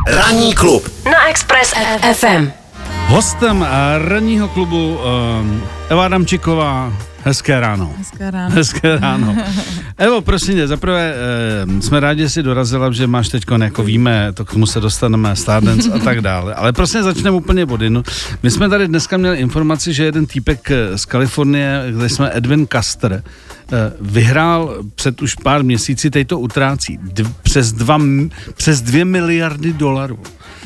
Ranní klub na Express FM. Hostem ranního klubu Eva Adamčíková. Hezké ráno. Hezké ráno. Evo, prosím tě, zaprvé jsme rádi, že jsi dorazila, že máš teďko, jako víme, to k tomu se dostaneme, Stardance a tak dále. Ale prostě začneme úplně od jednu. My jsme tady dneska měli informaci, že jeden týpek z Kalifornie, kde jsme Edwin Custer, vyhrál před už pár měsíci, teď to utrácí, přes 2 miliardy dolarů.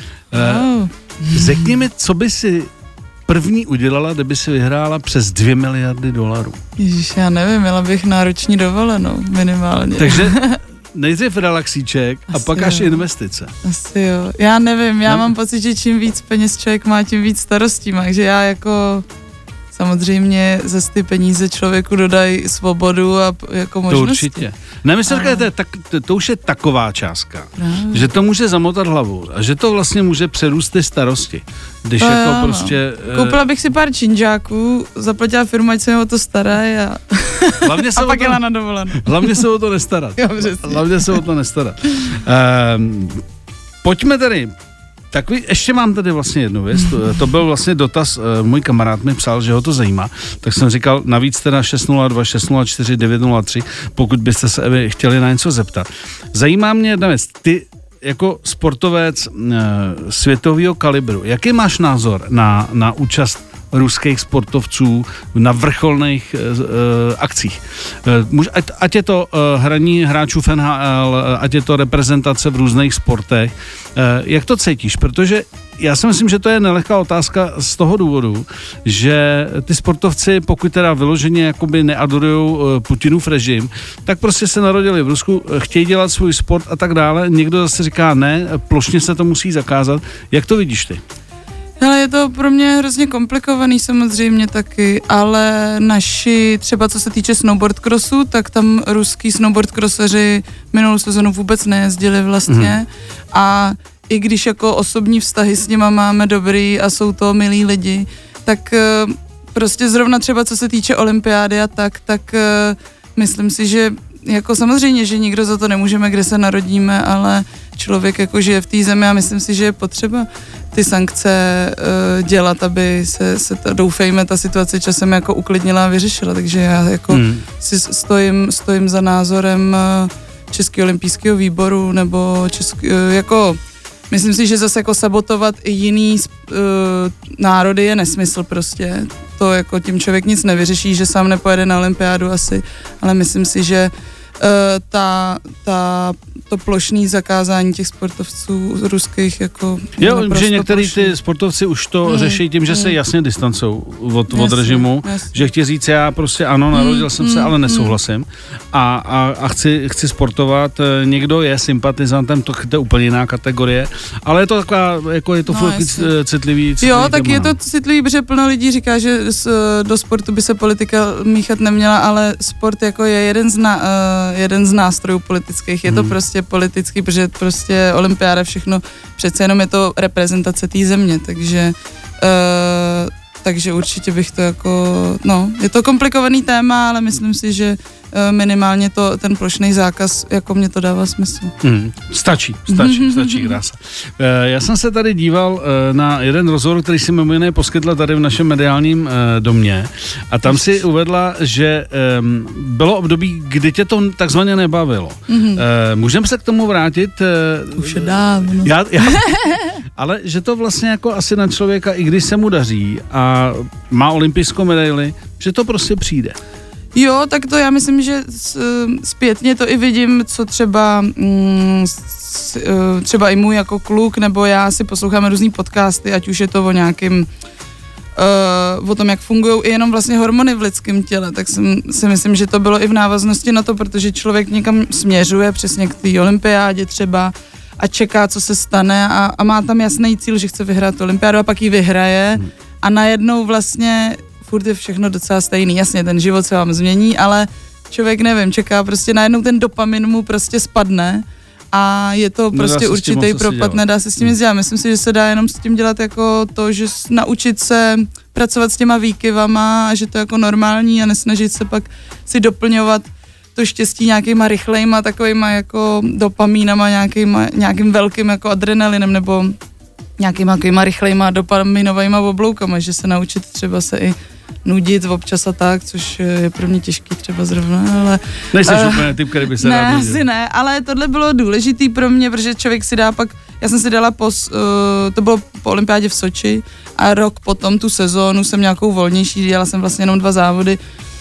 Řekni mi, co by si první udělala, kdyby si vyhrála přes 2 miliardy dolarů? Ježiš, já nevím, měla bych nároční dovolenou, minimálně. Takže nejdřív relaxíček a pak až investice. Asi jo. Já nevím, mám pocit, že čím víc peněz člověk má, tím víc starostí má, takže já jako samozřejmě za ty peníze člověku dodají svobodu a jako možnosti. To určitě. Nemyslím, že to už je taková částka, že to může zamotat hlavu a že to vlastně může přerůst ty starosti. Když jako prostě... Koupila bych si pár činžáků, zaplatila firmu, ať se mi o to starají a pak jela na dovolenou. Hlavně se o to nestarat. Hlavně se o to nestarat. Pojďme tady. Ještě mám tady vlastně jednu věc, to byl vlastně dotaz, můj kamarád mi psal, že ho to zajímá, tak jsem říkal, navíc teda 602 604 903, pokud byste se Evy chtěli na něco zeptat. Zajímá mě jedna věc, ty jako sportovec světového kalibru, jaký máš názor na účast ruských sportovců na vrcholných akcích? Ať je to hraní hráčů v NHL, ať je to reprezentace v různých sportech. Jak to cítíš? Protože já si myslím, že to je nelehká otázka z toho důvodu, že ty sportovci, pokud teda vyloženě jakoby neadorujou Putinův režim, tak prostě se narodili v Rusku, chtějí dělat svůj sport a tak dále. Někdo zase říká ne, plošně se to musí zakázat. Jak to vidíš ty? Hele, je to pro mě hrozně komplikovaný samozřejmě taky, ale naši, třeba co se týče snowboard crossu, tak tam ruský snowboard crosseři minulou sezonu vůbec nejezdili vlastně a i když jako osobní vztahy s nima máme dobrý a jsou to milí lidi, tak prostě zrovna třeba co se týče olympiády a tak myslím si, že jako samozřejmě, že nikdo za to nemůžeme, kde se narodíme, ale člověk jako žije v té zemi a myslím si, že je potřeba ty sankce dělat, aby se doufejme, ta situace časem jako uklidnila a vyřešila, takže já jako si stojím za názorem Českého olympijského výboru nebo jako myslím si, že zase jako sabotovat i jiný národy je nesmysl prostě. To jako tím člověk nic nevyřeší, že sám nepojede na olympiádu asi, ale myslím si, že to plošné zakázání těch sportovců ruských jako... Jo, že některý ty sportovci už to řeší tím, že se jasně distancou od režimu, že chtějí říct, já prostě ano, narodil jsem se, ale nesouhlasím a chci sportovat. Někdo je sympatizantem, to je úplně jiná kategorie, ale je to taková, jako je to citlivý. Jo, tak je to citlivý, protože plno lidí říká, že do sportu by se politika míchat neměla, ale sport jako je jeden z nástrojů politických. Je to prostě politický, protože prostě olympiáda všechno, přece jenom je to reprezentace té země, takže určitě bych to jako, je to komplikovaný téma, ale myslím si, že minimálně ten plošný zákaz, jako mě to dává smysl. Stačí, krása. Já jsem se tady díval na jeden rozhovor, který si mimo jiné poskytla tady v našem mediálním domě a tam si uvedla, že bylo období, kdy tě to takzvaně nebavilo. Můžeme se k tomu vrátit? Už je dávno. Ale že to vlastně jako asi na člověka, i když se mu daří a má olympijskou medaili, že to prostě přijde. Jo, tak to já myslím, že zpětně to i vidím, co třeba i můj jako kluk, nebo já si posloucháme různý podcasty, ať už je to o nějakým o tom, jak fungují i jenom vlastně hormony v lidském těle, tak si myslím, že to bylo i v návaznosti na to, protože člověk někam směřuje, přesně k té olympiádě třeba a čeká, co se stane a má tam jasný cíl, že chce vyhrát olympiádu a pak ji vyhraje a najednou vlastně furt je všechno docela stejný. Jasně, ten život se vám změní, ale člověk, nevím, čeká prostě najednou ten dopamin mu prostě spadne a je to prostě určitý propad, nedá se s tím nic dělat. Myslím si, že se dá jenom s tím dělat jako to, že naučit se pracovat s těma výkyvama a že to je jako normální a nesnažit se pak si doplňovat to štěstí nějakýma rychlejma, takovýma jako dopamínama, nějakým velkým jako adrenalinem, nebo nějakýma rychlejma dopaminovými obloukama, že se naučit třeba se i nudit občas a tak, což je pro mě těžký třeba zrovna, ale... Nejseš úplně typ, který by se rád nudil. Asi ne, ale tohle bylo důležitý pro mě, protože člověk si dá pak, já jsem si dala to bylo po olympiádě v Soči a rok potom tu sezónu jsem nějakou volnější, dělala jsem vlastně jenom 2 závody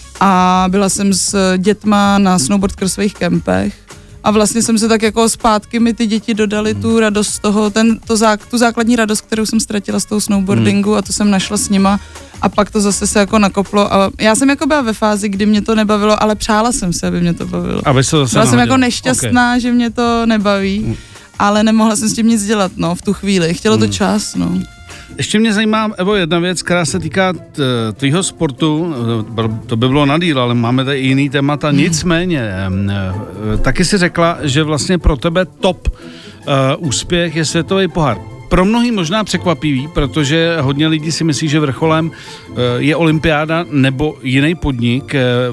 a byla jsem s dětma na snowboard crossových kempech a vlastně jsem se tak jako zpátky mi ty děti dodali tu radost z toho, tu základní radost, kterou jsem ztratila z toho snowboardingu a to jsem našla s nima a pak to zase se jako nakoplo a já jsem jako byla ve fázi, kdy mě to nebavilo, ale přála jsem se, aby mě to bavilo. Aby se zase byla jsem jako nešťastná, že mě to nebaví, ale nemohla jsem s tím nic dělat, no, v tu chvíli, chtělo to čas, no. Ještě mě zajímá, Evo, jedna věc, která se týká tvýho sportu, to by bylo na díl, ale máme tady i jiný témata, nicméně, taky si řekla, že vlastně pro tebe top úspěch je světový pohár. Pro mnohý možná překvapivý, protože hodně lidí si myslí, že vrcholem je olympiáda nebo jiný podnik.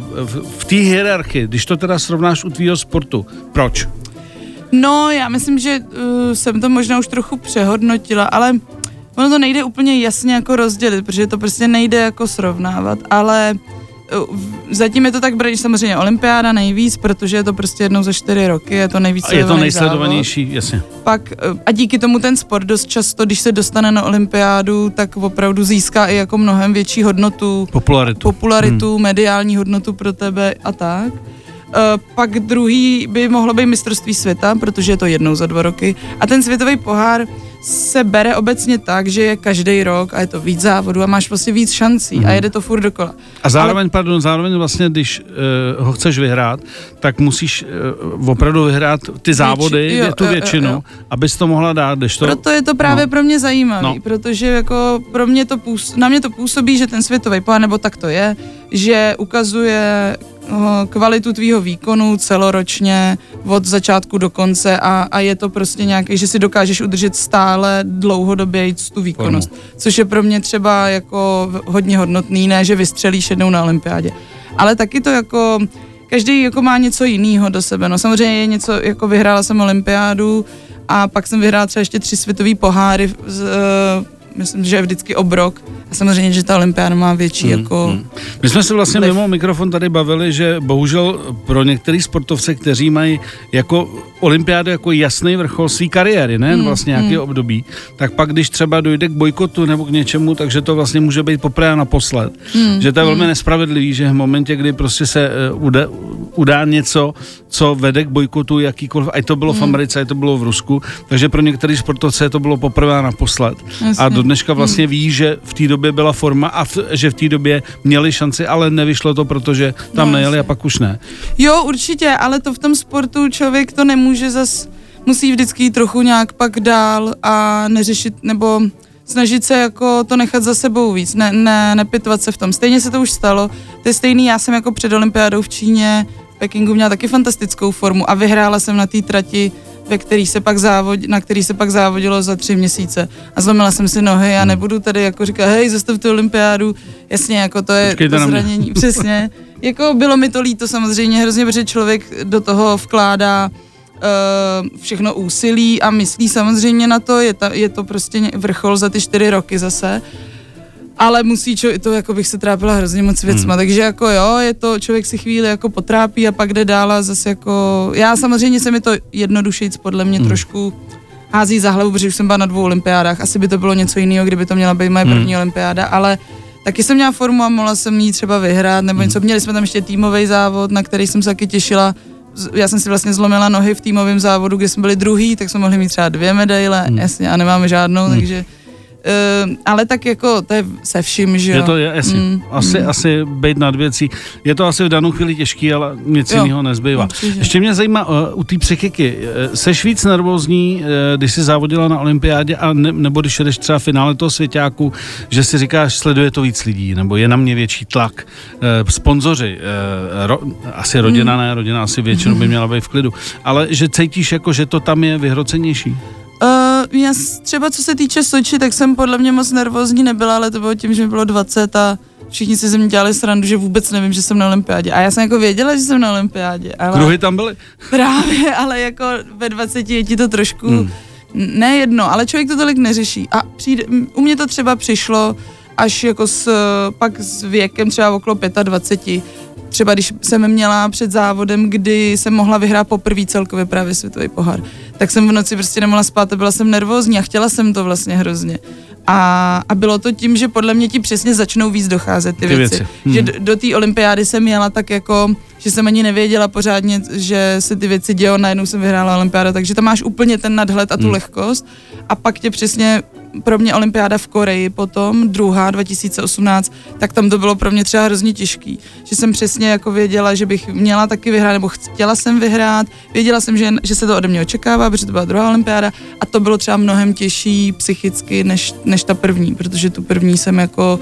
V té hierarchii, když to teda srovnáš u tvýho sportu, proč? No, já myslím, že jsem to možná už trochu přehodnotila, ale ono to nejde úplně jasně jako rozdělit, protože to prostě nejde jako srovnávat, ale zatím je to tak, že samozřejmě olympiáda nejvíc, protože je to prostě jednou za 4 roky, je to nejvíc je to nejsledovanější, jasně. Pak a díky tomu ten sport dost často, když se dostane na olympiádu, tak opravdu získá i jako mnohem větší hodnotu. Popularitu, mediální hodnotu pro tebe a tak. Pak druhý by mohlo být mistrovství světa, protože je to jednou za 2 roky. A ten světový pohár se bere obecně tak, že je každý rok a je to víc závodů a máš vlastně víc šancí a jede to furt dokola. A zároveň, zároveň vlastně, když ho chceš vyhrát, tak musíš opravdu vyhrát ty závody, tu většinu, abys to mohla dát. Proto je to právě pro mě zajímavý, protože jako pro mě na mě to působí, že ten světový pohár, nebo tak to je, že ukazuje kvalitu tvýho výkonu celoročně od začátku do konce a je to prostě nějaký, že si dokážeš udržet stále dlouhodobě tu výkonnost, což je pro mě třeba jako hodně hodnotný, ne, že vystřelíš jednou na olympiádě. Ale taky to jako, každý jako má něco jiného do sebe, no samozřejmě je něco, jako vyhrála jsem olympiádu a pak jsem vyhrála třeba ještě 3 světový poháry myslím, že je vždycky obrok. A samozřejmě, že ta olympiáda má větší jako... My jsme se vlastně mimo mikrofon tady bavili, že bohužel pro některý sportovce, kteří mají jako olympiádu jako jasný vrchol své kariéry, ne vlastně nějaké období, tak pak když třeba dojde k bojkotu nebo k něčemu, takže to vlastně může být poprvé naposled. Že to je velmi nespravedlivý, že v momentě, kdy prostě se udá něco, co vede k bojkotu jakýkoliv, a to bylo v Americe, a to bylo v Rusku, takže pro některý sportovce to bylo poprvé naposled. A do dneška vlastně ví, že v té době byla forma a že v té době měli šanci, ale nevyšlo to, protože tam nejeli a pak už ne. Jo, určitě, ale to v tom sportu člověk to nemůže musí vždycky jít trochu nějak pak dál a neřešit, nebo snažit se jako to nechat za sebou víc, nepitvat se v tom. Stejně se to už stalo, to je stejný, já jsem jako před olympiádou v Číně, v Pekingu měla taky fantastickou formu a vyhrála jsem na té trati, na který se pak závodilo za 3 měsíce a zlomila jsem si nohy a nebudu tady jako říkat, hej, zastavte olympiádu, jasně, jako to je to zranění, přesně. Jako bylo mi to líto samozřejmě hrozně, protože člověk do toho vkládá všechno úsilí a myslí samozřejmě na to, je to prostě vrchol za ty 4 roky zase, ale musí to jako bych se trápila hrozně moc věcma, takže jako jo, je to, člověk si chvíli jako potrápí a pak jde dál a zase jako, já samozřejmě se mi to jednodušejc podle mě trošku hází za hlavu, protože už jsem byla na 2 olympiádách, asi by to bylo něco jiného, kdyby to měla být moje první olympiáda, ale taky jsem měla formu a mohla jsem jí třeba vyhrát, nebo něco, měli jsme tam ještě týmový závod, na který jsem se taky těšila, já jsem si vlastně zlomila nohy v týmovém závodu, kde jsme byli druhý, tak jsme mohli mít třeba 2 medaile, jasně, a nemáme žádnou, takže ale tak jako to je se vším, že jo. Je to asi být nad věcí. Je to asi v danou chvíli těžký, ale nic jiného nezbývá. Určitě. Ještě mě zajímá u té psychiky. Seš víc nervózní, když jsi závodila na olympiádě a nebo když jedeš třeba v finále toho svěťáku, že si říkáš, sleduje to víc lidí, nebo je na mě větší tlak. Sponzoři, asi rodina ne, rodina asi většinou by měla být v klidu, ale že cítíš jako, že to tam je vyhrocenější. Já třeba co se týče Soči, tak jsem podle mě moc nervózní nebyla, ale to bylo tím, že mi bylo 20 a všichni si ze mě dělali srandu, že vůbec nevím, že jsem na olympiádě. A já jsem jako věděla, že jsem na olympiádě. Ale Kruhy tam byly? Právě, ale jako ve 20 je ti to trošku nejedno, ale člověk to tolik neřeší. A u mě to třeba přišlo až jako pak s věkem třeba okolo 25. Třeba když jsem měla před závodem, kdy jsem mohla vyhrát poprvé celkově právě světový pohár, tak jsem v noci prostě nemohla spát a byla jsem nervózní a chtěla jsem to vlastně hrozně. A bylo to tím, že podle mě ti přesně začnou víc docházet ty věci. Že do té olympiády jsem jela tak jako, že jsem ani nevěděla pořádně, že se ty věci dějou, najednou jsem vyhrála olympiádu, takže tam máš úplně ten nadhled a tu lehkost a pak tě přesně pro mě olympiáda v Koreji potom, druhá 2018, tak tam to bylo pro mě třeba hrozně těžký, že jsem přesně jako věděla, že bych měla taky vyhrát, nebo chtěla jsem vyhrát, věděla jsem, že se to ode mě očekává, protože to byla druhá olympiáda a to bylo třeba mnohem těžší psychicky než ta první, protože tu první jsem jako,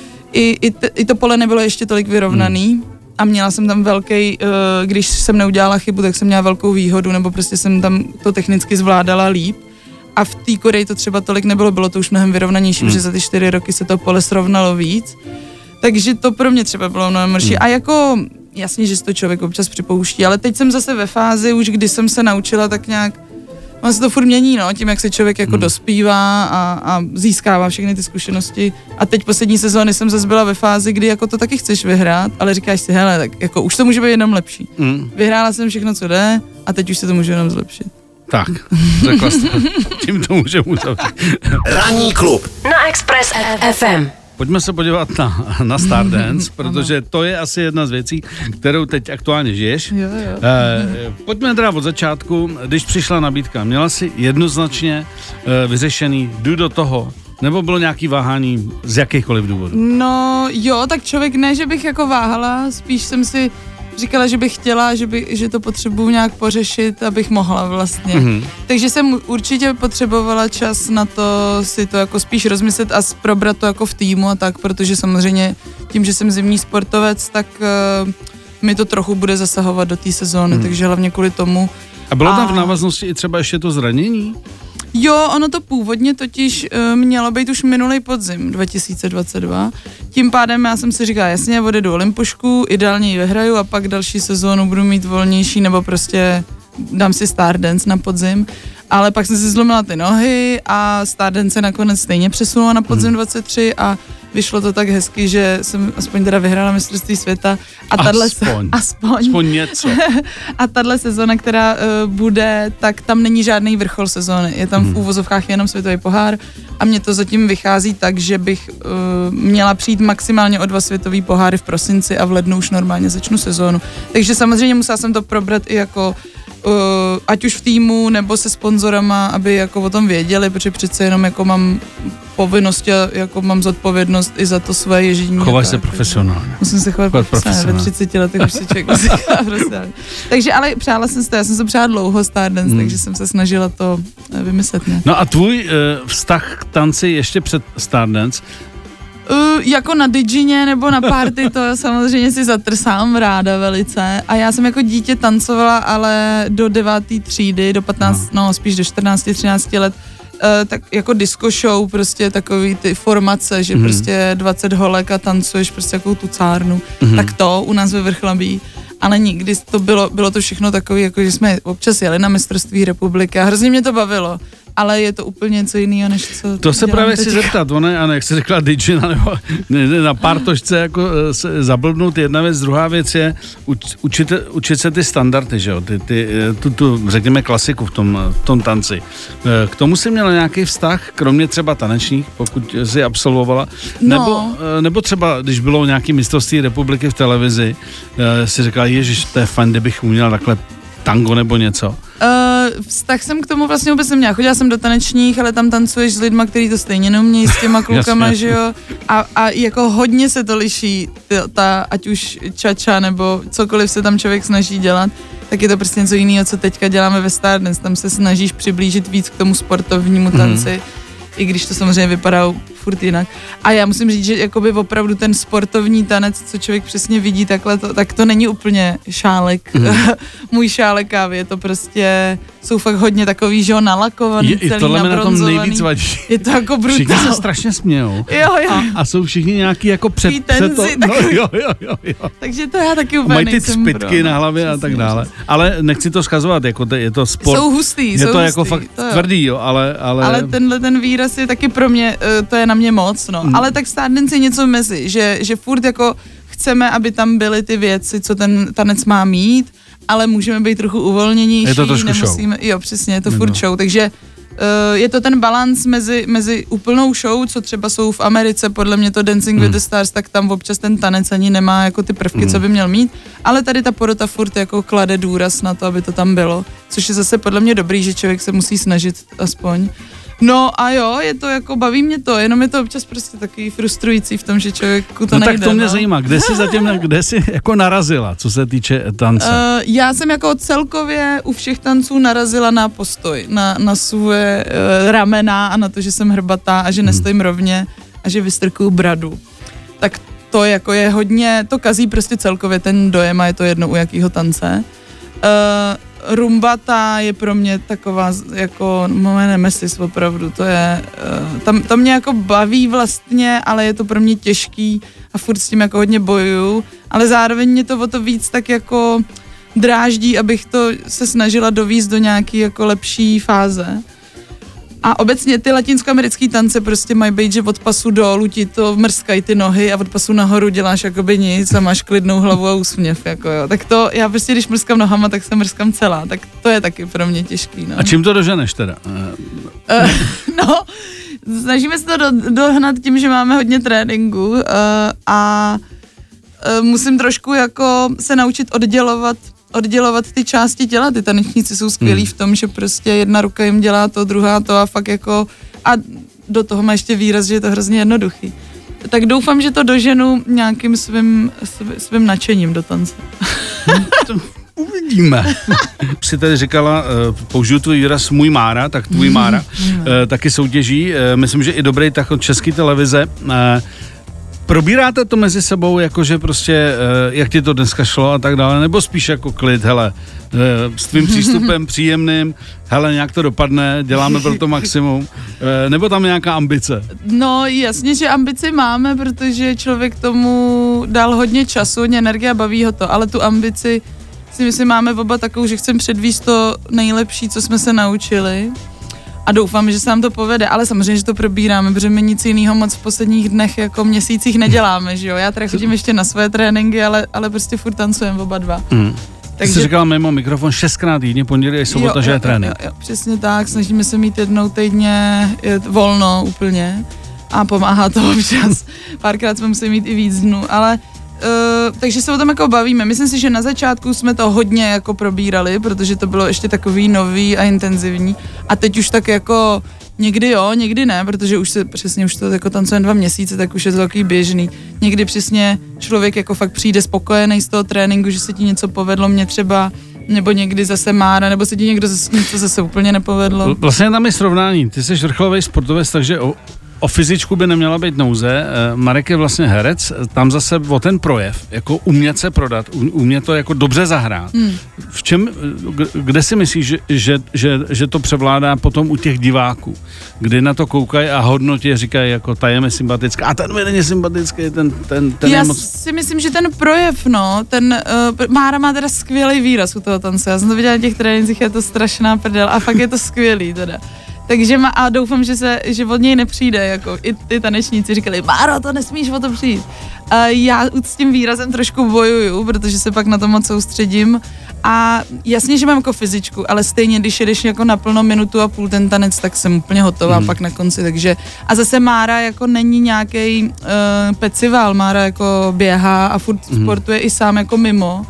i to pole nebylo ještě tolik vyrovnaný, a měla jsem tam velký, když jsem neudělala chybu, tak jsem měla velkou výhodu, nebo prostě jsem tam to technicky zvládala líp. A v té Koreji to třeba tolik nebylo, bylo to už mnohem vyrovnanější, protože za ty 4 roky se to pole srovnalo víc. Takže to pro mě třeba bylo mnohem horší. A jako, jasně, že si to člověk občas připouští, ale teď jsem zase ve fázi, už kdy jsem se naučila tak nějak, se to furt mění, no, tím, jak se člověk jako dospívá a získává všechny ty zkušenosti. A teď poslední sezóny jsem zase byla ve fázi, kdy jako to taky chceš vyhrát, ale říkáš si, hele, tak jako už to může být jenom lepší. Vyhrála jsem všechno, co jde, a teď už se to může jenom zlepšit. Tak, řekla jste, tím to může uzavřít. Ranní klub na Express FM. Pojďme se podívat na Stardance, protože to je asi jedna z věcí, kterou teď aktuálně žiješ. Jo. Pojďme teda od začátku, když přišla nabídka, měla jsi jednoznačně vyřešený, jdu do toho, nebo bylo nějaký váhání z jakýchkoliv důvodů? No jo, tak člověk ne, že bych jako váhala, spíš jsem si říkala, že bych chtěla, že to potřebuji nějak pořešit, abych mohla vlastně. Takže jsem určitě potřebovala čas na to si to jako spíš rozmyslet a probrat to jako v týmu a tak, protože samozřejmě tím, že jsem zimní sportovec, tak mi to trochu bude zasahovat do té sezóny, takže hlavně kvůli tomu. A bylo tam v návaznosti i třeba ještě to zranění? Jo, ono to původně totiž mělo být už minulý podzim 2022. Tím pádem já jsem si říkala, jasně, odjedu olympošku, ideálně ji vyhraju a pak další sezónu budu mít volnější nebo prostě dám si Stardance na podzim. Ale pak jsem si zlomila ty nohy a Stardance se nakonec stejně přesunula na podzim 23 a vyšlo to tak hezky, že jsem aspoň teda vyhrála mistrovství světa. A aspoň něco. A tahle sezóna, která bude, tak tam není žádný vrchol sezóny. Je tam v úvozovkách jenom světový pohár a mně to zatím vychází tak, že bych měla přijít maximálně o 2 světový poháry v prosinci a v lednu už normálně začnu sezónu. Takže samozřejmě musela jsem to probrat i jako ať už v týmu nebo se sponzorama, aby jako o tom věděli, protože přece jenom jako mám povinnosti a jako mám zodpovědnost i za to své ježdění. Chováš se profesionálně. Musím se chovat profesionálně. Ve 30 letech už se člověk musí chovat profesionálně. Takže ale přála jsem to, já jsem se přála dlouho Stardance, takže jsem se snažila to vymyslet. Ne? No a tvůj vztah k tanci ještě před Stardance? Jako na Digině nebo na party, to samozřejmě si zatrsám ráda velice. A já jsem jako dítě tancovala, ale do 9. třídy, do 15, spíš do 14, 13 let, tak jako disco show, prostě takový ty formace, že prostě 20 holek a tancuješ prostě jako tu cárnu. Tak to u nás ve Vrchlabí. Ale nikdy to bylo to všechno takové, jako že jsme občas jeli na mistrovství republiky a hrozně mě to bavilo. Ale je to úplně něco jiného, než co to se právě chci zeptat, ono, a jak jsi řekla Digina, nebo na pártošce jako se zablbnout, jedna věc, druhá věc je učit se ty standardy, že jo, tu řekněme klasiku v tom tanci. K tomu jsi měla nějaký vztah, kromě třeba tanečních, pokud jsi absolvovala, nebo třeba, když bylo nějaký mistrovství republiky v televizi, si řekla, ježiš, to je fajn, kdybych uměla takhle tango nebo něco? Vztah jsem k tomu vlastně vůbec neměla. Chodila jsem do tanečních, ale tam tancuješ s lidma, kteří to stejně neumějí, s těma klukama, že jo. A jako hodně se to liší, ať už čača nebo cokoliv se tam člověk snaží dělat, tak je to prostě něco jiného, co teďka děláme ve Stardance. Tam se snažíš přiblížit víc k tomu sportovnímu tanci, i když to samozřejmě vypadá furt jinak. A já musím říct, že jakoby opravdu ten sportovní tanec, co člověk přesně vidí takhle, tak to není úplně šálek, můj šálek kávy, je to prostě, jsou fakt hodně takový, že ho nalakovaný, celý tohle nabronzovaný. Na tom nejvíc vadí. Je to jako brutál. Všichni se strašně smějou. Jo. A jsou všichni nějaký jako před jo. Takže to já taky úplně mají ty nejsem cpitky na hlavě a tak dále. Ale nechci to schazovat, jako je to sport. Jsou hustý, je to jako fakt tvrdý, jo, ale... Ale ten výraz je taky pro mě, to je na mě moc, no. Ale tak Stardance je něco mezi, že furt jako chceme, aby tam byly ty věci, co ten tanec má mít, ale můžeme být trochu uvolněnější. Je to trošku show. Jo, přesně, je to furt show, takže je to ten balans mezi úplnou show, co třeba jsou v Americe, podle mě to Dancing with the Stars, tak tam občas ten tanec ani nemá jako ty prvky, co by měl mít, ale tady ta porota furt jako klade důraz na to, aby to tam bylo, což je zase podle mě dobrý, že člověk se musí snažit aspoň. No a jo, je to jako, baví mě to, jenom je to občas prostě takový frustrující v tom, že člověku to nejde. Tak to mě zajímá, kde jsi jako narazila, co se týče tance? Já jsem jako celkově u všech tanců narazila na postoj, na svoje ramena a na to, že jsem hrbatá a že nestojím rovně a že vystrkuju bradu. Tak to jako je hodně, to kazí prostě celkově ten dojem a je to jedno u jakýho tance. Rumbata je pro mě taková jako moje nemesis opravdu, to je, to mě jako baví vlastně, ale je to pro mě těžký a furt s tím jako hodně bojuju, ale zároveň mě to o to víc tak jako dráždí, abych to se snažila dovízt do nějaký jako lepší fáze. A obecně ty latinskoamerický tance prostě mají být, že od pasu dolů ti to mrskají ty nohy a od pasu nahoru děláš jakoby nic a máš klidnou hlavu a úsměv, jako jo. Tak to, já prostě když mrskám nohama, tak se mrskám celá, tak to je taky pro mě těžký, no. A čím to doženeš teda? No, snažíme se to dohnat tím, že máme hodně tréninku a musím trošku jako se naučit oddělovat ty části těla, ty tanečníci jsou skvělí v tom, že prostě jedna ruka jim dělá to, druhá to a fakt jako a do toho má ještě výraz, že je to hrozně jednoduchý. Tak doufám, že to doženu nějakým svým nadšením do tance. Uvidíme. Jsi tady říkala, použiju tvůj výraz můj Mára, tak tvůj Mára taky soutěží, myslím, že i dobrý tak od České televize. Probíráte to mezi sebou, jakože prostě, jak ti to dneska šlo a tak dále, nebo spíš jako klid, hele, s tvým přístupem příjemným, hele, nějak to dopadne, děláme pro to maximum, nebo tam nějaká ambice? No jasně, že ambici máme, protože člověk tomu dal hodně času, hodně energie a baví ho to, ale tu ambici si myslím máme oba takovou, že chcem předvíst to nejlepší, co jsme se naučili. A doufám, že se nám to povede, ale samozřejmě, že to probíráme, protože my nic jiného moc v posledních dnech jako měsících neděláme, že jo. Já teda chodím ještě na své tréninky, ale prostě furt tancujeme oba dva. Takže jsi říkala mimo mikrofon 6krát týdně, pondělí a sobota, že je trénink. Jo, přesně tak, snažíme se mít jednou týdně volno úplně a pomáhá to občas. Párkrát jsme museli mít i víc dnů, ale takže se o tom jako bavíme. Myslím si, že na začátku jsme to hodně jako probírali, protože to bylo ještě takový nový a intenzivní. A teď už tak jako někdy jo, někdy ne, protože už to jako tancujeme 2 měsíce, tak už je to takový běžný. Někdy přesně člověk jako fakt přijde spokojený z toho tréninku, že se ti něco povedlo, mě třeba, nebo někdy zase Mára, nebo se ti někdo něco zase úplně nepovedlo. Vlastně tam je srovnání. Ty jsi vrcholový sportovec, takže o fyzičku by neměla být nouze. Marek je vlastně herec, tam zase o ten projev, jako umět se prodat, umět to jako dobře zahrát. V čem, kde si myslíš, že to převládá potom u těch diváků, kdy na to koukají a hodnotě říkají, jako ta je mi sympatická a ten mi není sympatický, ten já si myslím, že ten projev, no, Mára má teda skvělý výraz u toho tance, já jsem to viděla na těch trénincích, je to strašná prdel a fakt je to skvělý teda. Takže a doufám, že od něj nepřijde, jako i ty tanečníci říkali, Máro, to nesmíš o to přijít. Já s tím výrazem trošku bojuju, protože se pak na to moc soustředím a jasně, že mám jako fyzičku, ale stejně, když jedeš jako naplno 1,5 minuty ten tanec, tak jsem úplně hotová pak na konci, takže a zase Mára jako není nějaký pecival, Mára jako běhá a furt sportuje i sám jako mimo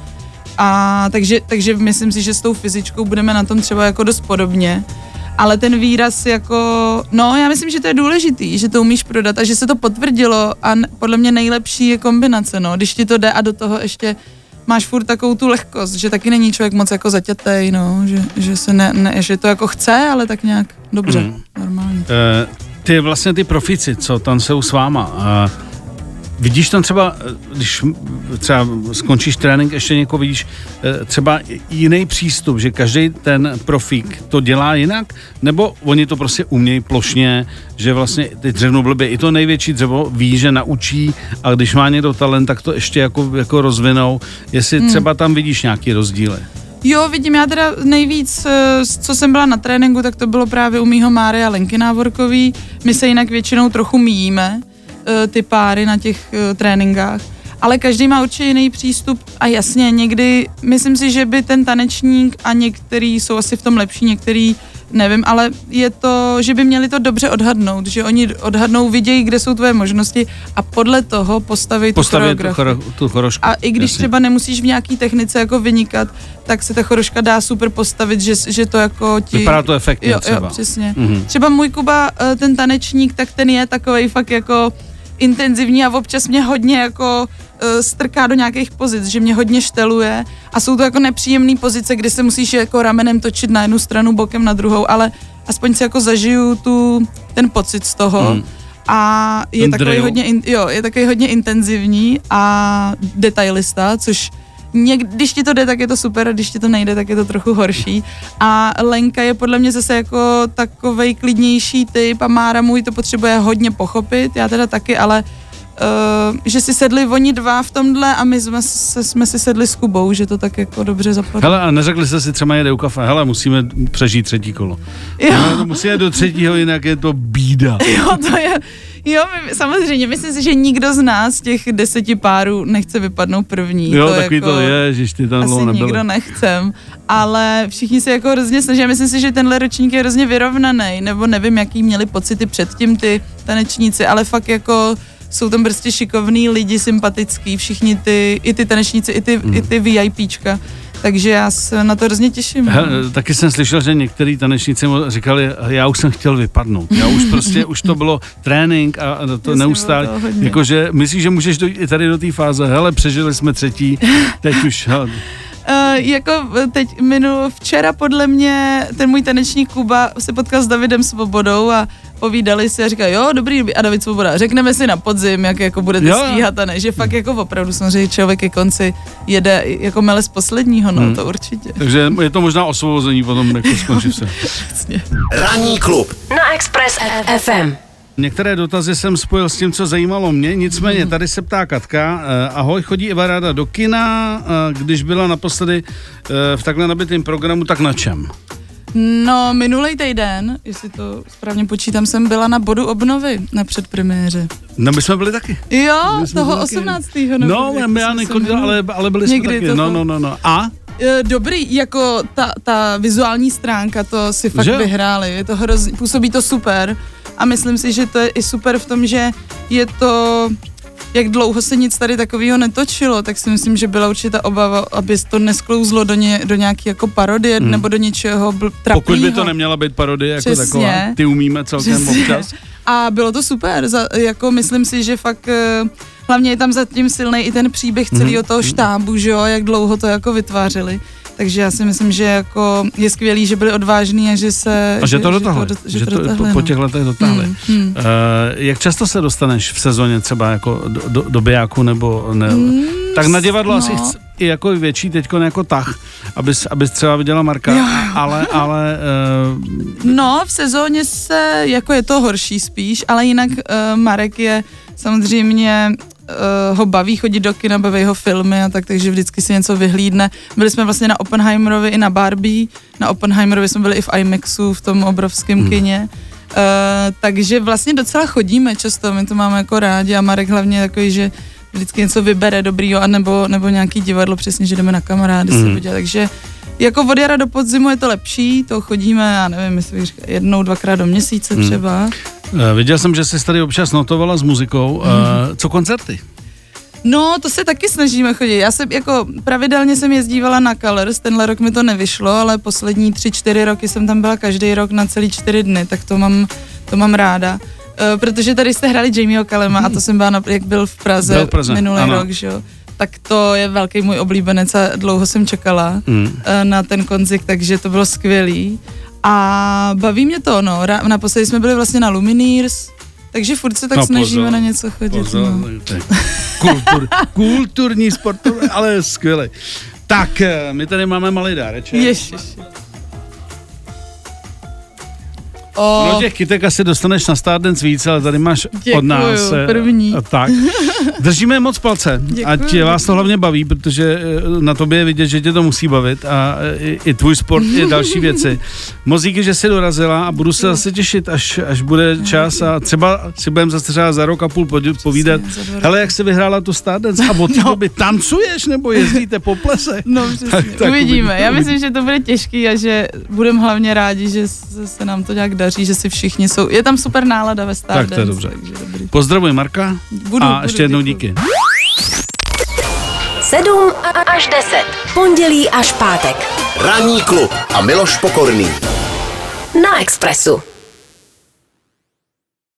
a takže myslím si, že s tou fyzičkou budeme na tom třeba jako dost podobně. Ale ten výraz jako, no já myslím, že to je důležitý, že to umíš prodat a že se to potvrdilo a podle mě nejlepší je kombinace, no, když ti to jde a do toho ještě máš furt takovou tu lehkost, že taky není člověk moc jako zaťatej, no, že se že to jako chce, ale tak nějak dobře, normálně. ty profici, co tam jsou s váma, vidíš tam třeba, když třeba skončíš trénink, ještě někoho vidíš třeba jiný přístup, že každý ten profík to dělá jinak, nebo oni to prostě umějí plošně, že vlastně ty dřevnoblbě i to největší dřevo ví, že naučí, a když má někdo talent, tak to ještě jako rozvinou, jestli třeba tam vidíš nějaký rozdíly. Jo, vidím, já teda nejvíc, co jsem byla na tréninku, tak to bylo právě u mýho Máry a Lenky Návorkový. My se jinak většinou trochu míjíme, ty páry na těch tréninkách, ale každý má určitě jiný přístup a jasně, někdy, myslím si, že by ten tanečník a některý jsou asi v tom lepší, některý nevím, ale je to, že by měli to dobře odhadnout, že oni odhadnou, vidějí, kde jsou tvoje možnosti a podle toho postaví tu choreografii. A i když třeba nemusíš v nějaký technice jako vynikat, tak se ta choreografka dá super postavit, že to jako ti... Vypadá to efektně třeba. Jo, přesně. Třeba můj Kuba, ten tanečník, tak ten je takovej fakt jako intenzivní a občas mě hodně jako strká do nějakých pozic, že mě hodně šteluje a jsou to jako nepříjemné pozice, kdy se musíš jako ramenem točit na jednu stranu, bokem na druhou, ale aspoň si jako zažiju ten pocit z toho a je takový hodně intenzivní a detailista, což když ti to jde, tak je to super, a když ti to nejde, tak je to trochu horší. A Lenka je podle mě zase jako takovej klidnější typ a Mára můj to potřebuje hodně pochopit, já teda taky, ale že si sedli oni dva v tomhle a my jsme si sedli s Kubou, že to tak jako dobře zapadlo. Hele, a neřekli jste si třeba jede u kafe, hele, musíme přežít třetí kolo. No, musíme do třetího, jinak je to bída. Jo, to je... Jo, samozřejmě, myslím si, že nikdo z nás těch 10 párů nechce vypadnout první. Jo, to takový jako, to je, že ty tam asi nikdo nechcem, ale všichni se jako hrozně snaží. Myslím si, že tenhle ročník je hrozně vyrovnaný, nebo nevím, jaký měli pocity předtím ty tanečníci, ale fakt jako jsou tam prostě šikovní lidi, sympatický, všichni i ty tanečníci, i ty VIPčka. Takže já se na to hrozně těším. Taky jsem slyšel, že některý tanečníci říkali, já už jsem chtěl vypadnout. Já už prostě, už to bylo trénink a to neustále. Jakože myslíš, že můžeš dojít i tady do té fáze, hele, přežili jsme třetí, teď už, hele. Jako teď včera podle mě ten můj tanečník Kuba se potkal s Davidem Svobodou a povídali si a říkali, jo, dobrý, a David Svoboda, řekneme si na podzim, jak jako budete stíhat a ne, že fakt jako opravdu samozřejmě člověk ke konci jede jako mele z posledního, no to určitě. Takže je to možná osvobození potom, jako skončí se. Ranní klub na Express FM. Některé dotazy jsem spojil s tím, co zajímalo mě, nicméně tady se ptá Katka, ahoj, chodí Eva ráda do kina, když byla naposledy v takhle nabitém programu, tak na čem? No, minulej týden, jestli to správně počítám, jsem byla na Bodu obnovy na předpremiéře. No, my jsme byli taky. Jo, toho 18. No, já nechodila, ale byli jsme taky. No. A? Dobrý, jako ta vizuální stránka, to si fakt vyhráli, je to hrozně, působí to super a myslím si, že to je i super v tom, že je to, jak dlouho se nic tady takového netočilo, tak si myslím, že byla určitá obava, aby to nesklouzlo do nějaký jako parodie nebo do něčeho trapného. Pokud by to neměla být parodie jako taková, ty umíme celkem občas. A bylo to super, jako myslím si, že fakt hlavně je tam zatím silný i ten příběh celého toho štábu, že jo, jak dlouho to jako vytvářeli. Takže já si myslím, že jako je skvělý, že byli odvážní a že se... A že to dotáhli. Že to po těch letech dotáhli. Jak často se dostaneš v sezóně třeba jako do bijáku nebo ne? Tak na divadlo asi i jako větší teďko jako tah, abys třeba viděla Marka, ale No, v sezóně se, jako je to horší spíš, ale jinak Marek je samozřejmě... ho baví chodit do kina, baví ho filmy a tak, takže vždycky si něco vyhlídne. Byli jsme vlastně na Oppenheimerovi i na Barbie. Na Oppenheimerovi jsme byli i v IMAXu, v tom obrovském kině. Takže vlastně docela chodíme často, my to máme jako rádi a Marek hlavně takový, že vždycky něco vybere dobrýho, nebo nějaký divadlo, přesně, že jdeme na kamarády se podívat, takže jako od jara do podzimu je to lepší, to chodíme, já nevím, jestli jednou, dvakrát do měsíce třeba. Viděl jsem, že jsi tady občas notovala s muzikou. Co koncerty? No, to se taky snažíme chodit. Já jsem jako pravidelně jsem jezdívala na Colors, tenhle rok mi to nevyšlo, ale poslední 3-4 roky jsem tam byla každý rok na celý 4 dny, tak to mám ráda. Protože tady jste hráli Jamieho Callema a to jsem byla, jak byl v Praze minulý rok, že jo. Tak to je velký můj oblíbenec a dlouho jsem čekala na ten koncert, takže to bylo skvělý. A baví mě to, no. Naposledy jsme byli vlastně na Lumineers, takže furt se tak snažíme na něco chodit. Kulturní sportové, ale skvělé. Tak, my tady máme malý dáreček. Ježiš. No těch kytek asi dostaneš na Stardance víc, ale tady máš od nás. První. Tak. Držíme moc palce. Ať vás to hlavně baví, protože na tobě je vidět, že tě to musí bavit a i tvůj sport, i další věci. Moc díky, že jsi dorazila a budu se zase těšit, až bude čas a třeba si budeme zase třeba za rok a půl povídat. Hele, jak jsi vyhrála tu Stardance a od té doby tancuješ nebo jezdíte po plese? No přesně, tak uvidíme. Já myslím, že to bude těžký a že budeme hlavně rádi, že se nám to nějak daří, že si všichni jsou. Je tam super nálada ve Stardance. Tak to je dobře. Pozdravuj Marka a ještě jednou díky. 7 až 10. Pondělí až pátek. Ranní klub a Miloš Pokorný. Na Expressu.